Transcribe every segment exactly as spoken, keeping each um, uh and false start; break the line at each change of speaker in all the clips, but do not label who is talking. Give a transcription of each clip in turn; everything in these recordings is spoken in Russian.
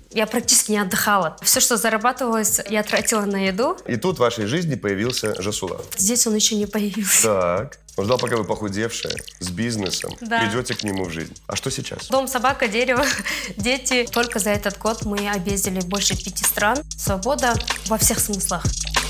я практически не отдыхала. Все, что зарабатывалось, я тратила на еду.
И тут в вашей жизни появился Жасулан.
Здесь он еще не появился.
Так. Он ждал, пока вы похудевшая, с бизнесом,
да.
придете к нему в жизнь. А что сейчас?
Дом, собака, дерево, дети. Только за этот год мы объездили больше пяти стран. Свобода во всех смыслах.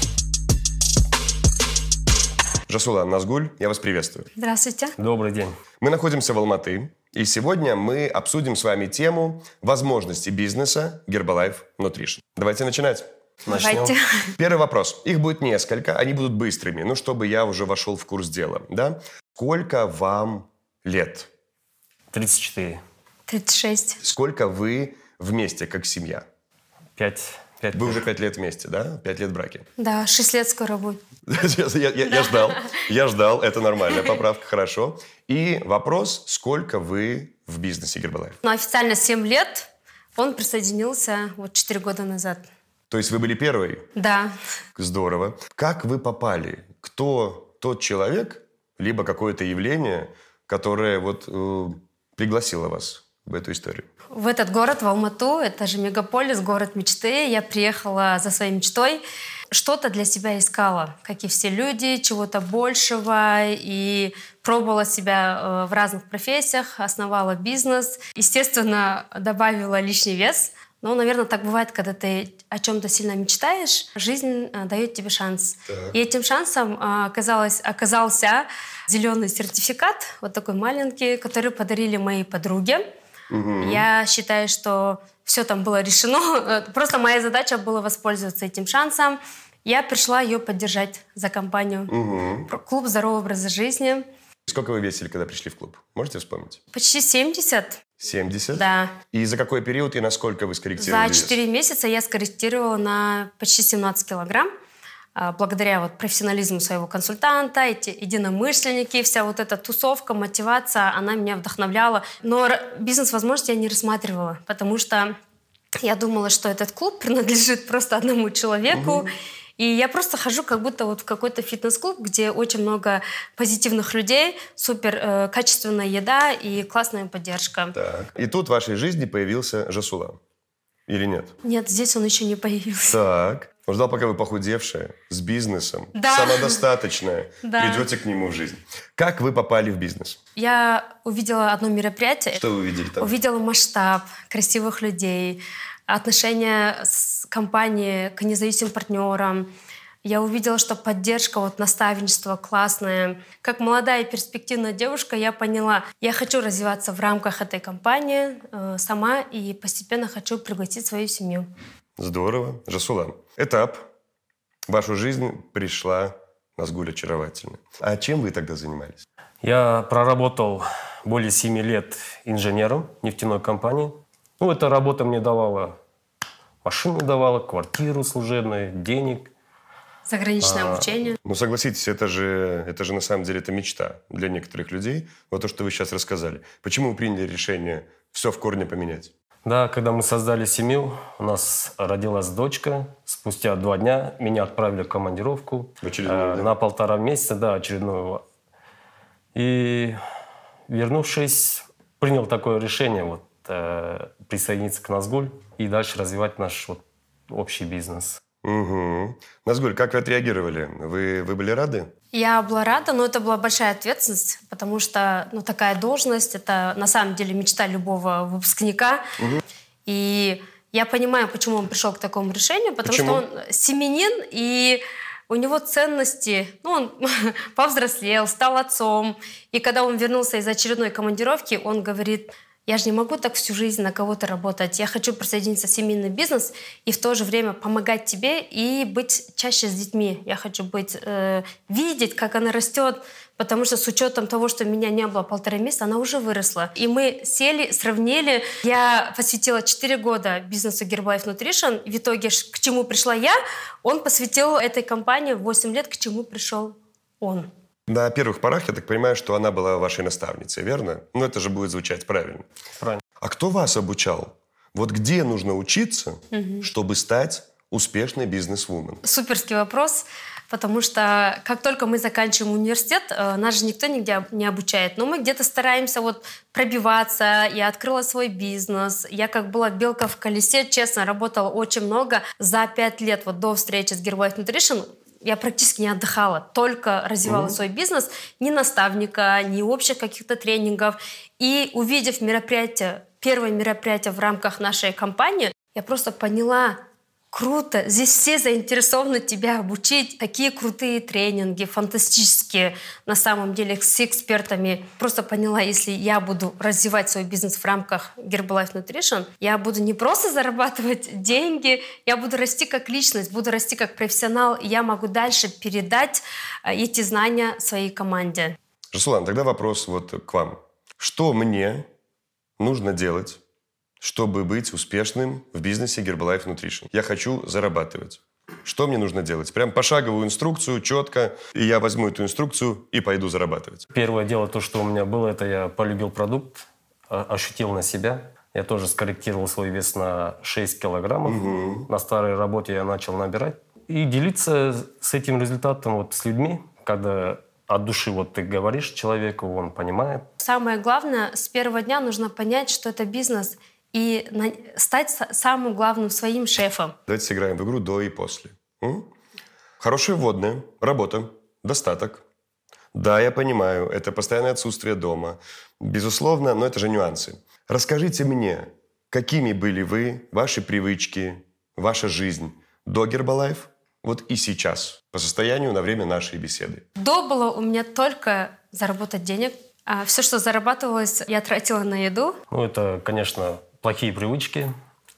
Жасулан Назгуль, я вас приветствую.
Здравствуйте.
Добрый день.
Мы находимся в Алматы, и сегодня мы обсудим с вами тему возможности бизнеса Herbalife Nutrition. Давайте начинать.
Начнем.
Давайте.
Первый вопрос. Их будет несколько, они будут быстрыми, ну, чтобы я уже вошел в курс дела, да? Сколько вам лет?
тридцать четыре.
тридцать шесть.
Сколько вы вместе, как семья?
Пять. Пять
Вы
лет.
уже пять лет вместе, да? Пять лет в браке.
Да, шесть лет скоро будет.
Я, я, я ждал, я ждал, это нормальная поправка, хорошо. И вопрос, сколько вы в бизнесе Herbalife?
Ну, официально семь лет. Он присоединился вот четыре года назад.
То есть вы были первой?
Да.
Здорово. Как вы попали? Кто тот человек, либо какое-то явление, которое вот э, пригласило вас в эту историю?
В этот город, в Алмату, это же мегаполис, город мечты. Я приехала за своей мечтой. Что-то для себя искала, как и все люди, чего-то большего. И пробовала себя в разных профессиях, основала бизнес. Естественно, добавила лишний вес. Но, наверное, так бывает, когда ты о чем-то сильно мечтаешь, жизнь дает тебе шанс. Так. И этим шансом оказалось, оказался зеленый сертификат, вот такой маленький, который подарили мои подруги. Угу. Я считаю, что все там было решено. Просто моя задача была воспользоваться этим шансом. Я пришла ее поддержать за компанию. Угу. Клуб «Здоровый образ жизни».
Сколько вы весили, когда пришли в клуб? Можете вспомнить?
Почти семьдесят.
семьдесят?
Да.
И за какой период и насколько вы скорректировали
вес? За четыре месяца я скорректировала на почти семнадцать килограмм. Благодаря вот профессионализму своего консультанта, эти единомышленники, вся вот эта тусовка, мотивация, она меня вдохновляла. Но бизнес-возможности я не рассматривала, потому что я думала, что этот клуб принадлежит просто одному человеку. Угу. И я просто хожу как будто вот в какой-то фитнес-клуб, где очень много позитивных людей, супер э, качественная еда и классная поддержка.
Так. И тут в вашей жизни появился Жасулан. Или нет?
Нет, здесь он еще не появился.
Так. Он ждал, пока вы похудевшая, с бизнесом,
да.
самодостаточная,
да.
придете к нему в жизнь. Как вы попали в бизнес?
Я увидела одно мероприятие.
Что вы увидели там?
Увидела масштаб, красивых людей, отношения с компанией к независимым партнерам. Я увидела, что поддержка, вот, наставничество классное. Как молодая и перспективная девушка я поняла, я хочу развиваться в рамках этой компании э, сама и постепенно хочу пригласить свою семью.
Здорово. Жасулан, этап. В вашу жизнь пришла Назгуль очаровательная. А чем вы тогда занимались?
Я проработал более семи лет инженером нефтяной компании. Ну, эта работа мне давала, машину давала, квартиру служебную, денег.
Заграничное
а,
обучение.
Ну, согласитесь, это же, это же на самом деле это мечта для некоторых людей. Вот то, что вы сейчас рассказали. Почему вы приняли решение все в корне поменять?
Да, когда мы создали семью, у нас родилась дочка. Спустя два дня меня отправили в командировку.
В очередную,
э,
да?
На полтора месяца, да, очередную. И, вернувшись, принял такое решение вот, э, присоединиться к Назгуль и дальше развивать наш вот, общий бизнес.
Угу. Назгуль, как вы отреагировали? Вы, вы были рады?
Я была рада, но это была большая ответственность, потому что ну, такая должность — это на самом деле мечта любого выпускника. Угу. И я понимаю, почему он пришел к такому решению, потому
почему?
что он семьянин, и у него ценности. Ну, он повзрослел, стал отцом. И когда он вернулся из очередной командировки, он говорит: я же не могу так всю жизнь на кого-то работать. Я хочу присоединиться в семейный бизнес и в то же время помогать тебе и быть чаще с детьми. Я хочу быть, э, видеть, как она растет, потому что с учетом того, что меня не было полтора месяца, она уже выросла. И мы сели, сравнили. Я посвятила четыре года бизнесу Herbalife Nutrition. В итоге к чему пришла я, он посвятил этой компании восемь лет, к чему пришел он.
На первых порах, я так понимаю, что она была вашей наставницей, верно? Ну, это же будет звучать правильно.
Правильно.
А кто вас обучал? Вот где нужно учиться, угу. чтобы стать успешный бизнес-вумен?
Суперский вопрос, потому что как только мы заканчиваем университет, нас же никто нигде не обучает, но мы где-то стараемся вот пробиваться. Я открыла свой бизнес, я как была белка в колесе, честно, работала очень много. За пять лет вот до встречи с Herbalife Nutrition я практически не отдыхала, только развивала mm-hmm. свой бизнес, ни наставника, ни общих каких-то тренингов. И увидев мероприятие, первое мероприятие в рамках нашей компании, я просто поняла, круто, здесь все заинтересованы тебя обучить. Такие крутые тренинги, фантастические, на самом деле, с экспертами. Просто поняла, если я буду развивать свой бизнес в рамках Herbalife Nutrition, я буду не просто зарабатывать деньги, я буду расти как личность, буду расти как профессионал, и я могу дальше передать эти знания своей команде.
Жасулан, тогда вопрос вот к вам. Что мне нужно делать, чтобы быть успешным в бизнесе Herbalife Nutrition? Я хочу зарабатывать. Что мне нужно делать? Прям пошаговую инструкцию, четко, и я возьму эту инструкцию и пойду зарабатывать.
Первое дело, то, что у меня было, это я полюбил продукт, ощутил на себя. Я тоже скорректировал свой вес на шесть килограммов. Угу. На старой работе я начал набирать. И делиться с этим результатом вот с людьми, когда от души вот ты говоришь человеку, он понимает.
Самое главное, с первого дня нужно понять, что это бизнес, и на... стать самым главным своим шефом.
Давайте сыграем в игру до и после. М? Хорошая вводная, работа, достаток. Да, я понимаю, это постоянное отсутствие дома. Безусловно, но это же нюансы. Расскажите мне, какими были вы, ваши привычки, ваша жизнь до Herbalife, вот и сейчас, по состоянию на время нашей беседы?
До было у меня только заработать денег. А все, что зарабатывалось, я тратила на еду.
Ну, это, конечно, плохие привычки.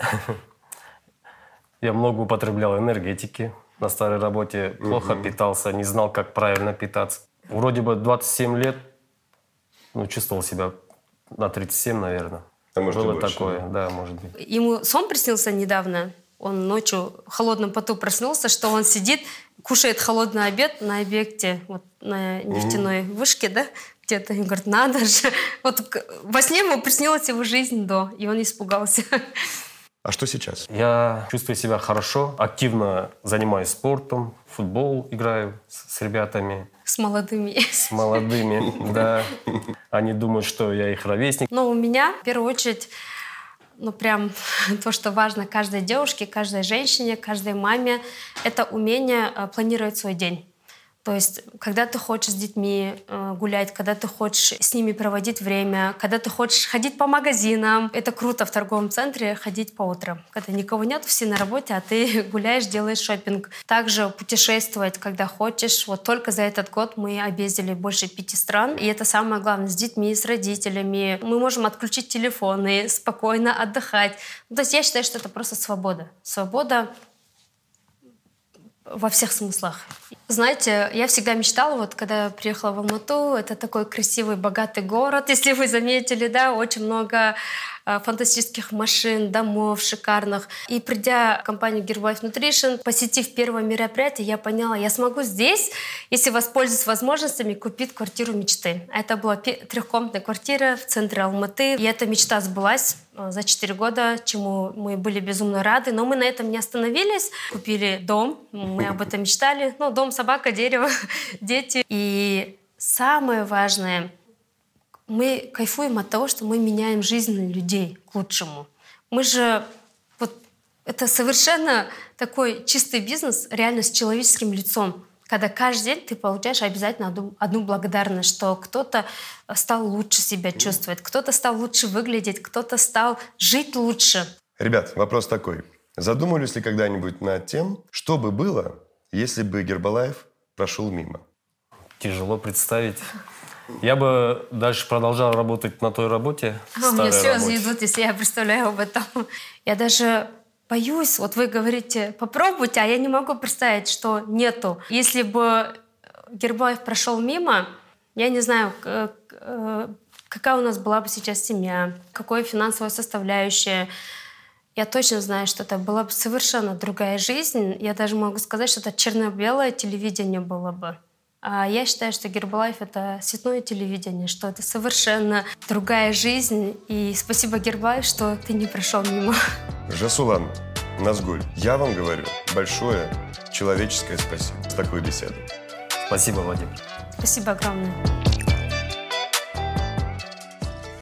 Я много употреблял энергетики на старой работе, плохо питался, не знал, как правильно питаться. Вроде бы двадцать семь лет, ну, чувствовал себя на тридцать семь, наверное.
А может,
было
больше,
такое,
да?
да, может быть.
Ему сон приснился недавно. Он ночью в холодном поту проснулся, что он сидит, кушает холодный обед на объекте, вот на нефтяной mm-hmm. вышке, да, где-то. И говорит, надо же. Вот во сне ему приснилась его жизнь до, и он испугался.
А что сейчас?
Я чувствую себя хорошо, активно занимаюсь спортом, в футбол играю с, с ребятами.
С молодыми.
С молодыми, да. Они думают, что я их ровесник.
Но у меня, в первую очередь, ну прям то, что важно каждой девушке, каждой женщине, каждой маме, это умение планировать свой день. То есть, когда ты хочешь с детьми э, гулять, когда ты хочешь с ними проводить время, когда ты хочешь ходить по магазинам. Это круто в торговом центре ходить по утрам. Когда никого нет, все на работе, а ты гуляешь, делаешь шопинг. Также путешествовать, когда хочешь. Вот только за этот год мы объездили больше пяти стран. И это самое главное, с детьми, с родителями. Мы можем отключить телефоны, спокойно отдыхать. Ну, то есть я считаю, что это просто свобода. Свобода во всех смыслах. Знаете, я всегда мечтала, вот когда я приехала в Алмату, это такой красивый, богатый город, если вы заметили, да, очень много э, фантастических машин, домов шикарных. И придя в компанию Herbalife Nutrition, посетив первое мероприятие, я поняла, я смогу здесь, если воспользуюсь возможностями, купить квартиру мечты. Это была трехкомнатная квартира в центре Алматы, и эта мечта сбылась за четыре года, чему мы были безумно рады. Но мы на этом не остановились. Купили дом, мы об этом мечтали. Ну, дом, собака, дерево, дети. И самое важное, мы кайфуем от того, что мы меняем жизнь людей к лучшему. Мы же... Вот, это совершенно такой чистый бизнес, реально с человеческим лицом. Когда каждый день ты получаешь обязательно одну, одну благодарность, что кто-то стал лучше себя чувствовать, кто-то стал лучше выглядеть, кто-то стал жить лучше.
Ребят, вопрос такой. Задумывались ли когда-нибудь над тем, что бы было, если бы Herbalife прошел мимо?
Тяжело представить. Я бы дальше продолжал работать на той работе.
А у меня слезы идут, если я представляю об этом. Я даже... боюсь, вот вы говорите, попробуйте, а я не могу представить, что нету. Если бы Herbalife прошел мимо, я не знаю, какая у нас была бы сейчас семья, какое финансовая составляющая. Я точно знаю, что это была бы совершенно другая жизнь. Я даже могу сказать, что это черно-белое телевидение было бы. А я считаю, что Herbalife — это цветное телевидение, что это совершенно другая жизнь. И спасибо, Herbalife, что ты не прошел мимо.
Жасулан, Назгуль, я вам говорю, большое человеческое спасибо за такую беседу.
Спасибо, Вадим.
Спасибо огромное.